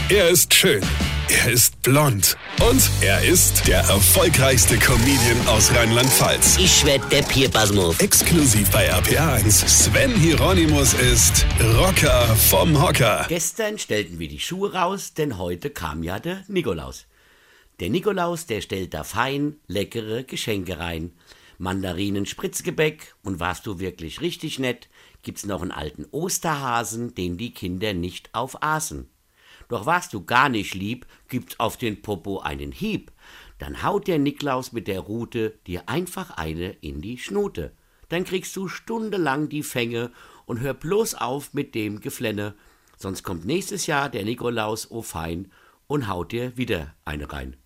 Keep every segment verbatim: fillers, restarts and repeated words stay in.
Er ist schön. Er ist blond. Und er ist der erfolgreichste Comedian aus Rheinland-Pfalz. Ich werd der Pierpasmus. Exklusiv bei R P A eins. Sven Hieronymus ist Rocker vom Hocker. Gestern stellten wir die Schuhe raus, denn heute kam ja der Nikolaus. Der Nikolaus, der stellt da fein leckere Geschenke rein. Mandarinen, Spritzgebäck und warst du wirklich richtig nett, gibt's noch einen alten Osterhasen, den die Kinder nicht aufaßen. Doch warst du gar nicht lieb, gibt's auf den Popo einen Hieb. Dann haut der Niklaus mit der Rute dir einfach eine in die Schnute. Dann kriegst du stundenlang die Fänge und hör bloß auf mit dem Geflenne. Sonst kommt nächstes Jahr der Nikolaus, oh fein, und haut dir wieder eine rein.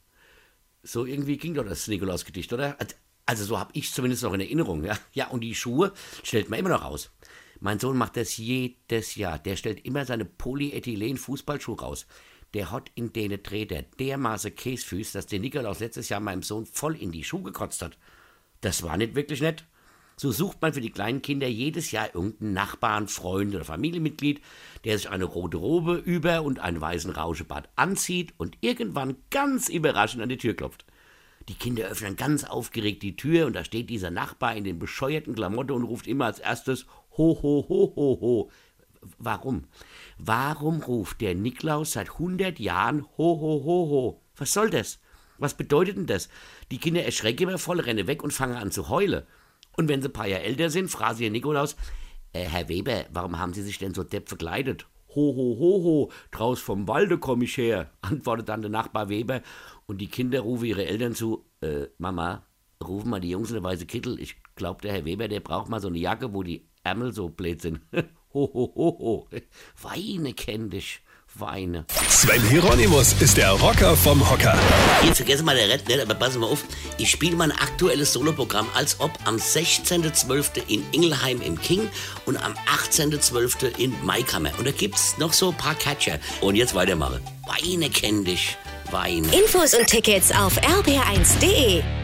So irgendwie ging doch das Nikolausgedicht, oder? Also so habe ich zumindest noch in Erinnerung. Ja? ja, und die Schuhe stellt man immer noch aus. Mein Sohn macht das jedes Jahr. Der stellt immer seine Polyethylen-Fußballschuhe raus. Der hat in denen Treter dermaßen Käsfüß, dass der Nikolaus letztes Jahr meinem Sohn voll in die Schuhe gekotzt hat. Das war nicht wirklich nett. So sucht man für die kleinen Kinder jedes Jahr irgendeinen Nachbarn, Freund oder Familienmitglied, der sich eine rote Robe über und einen weißen Rauschebart anzieht und irgendwann ganz überraschend an die Tür klopft. Die Kinder öffnen ganz aufgeregt die Tür und da steht dieser Nachbar in den bescheuerten Klamotten und ruft immer als erstes Ho, ho, ho, ho, ho. Warum? Warum ruft der Niklaus seit hundert Jahren Ho, ho, ho, ho? Was soll das? Was bedeutet denn das? Die Kinder erschrecken immer voll, rennen weg und fangen an zu heulen. Und wenn sie ein paar Jahre älter sind, fragen sie den Nikolaus, äh, Herr Weber, warum haben Sie sich denn so depp verkleidet? Ho, ho, ho, ho, draus vom Walde komm ich her, antwortet dann der Nachbar Weber. Und die Kinder rufen ihre Eltern zu, äh, Mama, rufen mal die Jungs in der weiße Kittel. Ich glaube, der Herr Weber, der braucht mal so eine Jacke, wo die Ärmel so blöd sind. ho, ho, ho, ho. Weine kenn dich, Weine. Sven Hieronymus ist der Rocker vom Hocker. Jetzt vergessen mal der Rett nicht, aber pass mal auf. Ich spiele mein aktuelles Soloprogramm als ob am sechzehnten zwölften in Ingelheim im King und am achtzehnten zwölften in Maikammer. Und da gibt's noch so ein paar Catcher. Und jetzt weitermachen. Weine kenn dich, Weine. Infos und Tickets auf r b r eins punkt d e.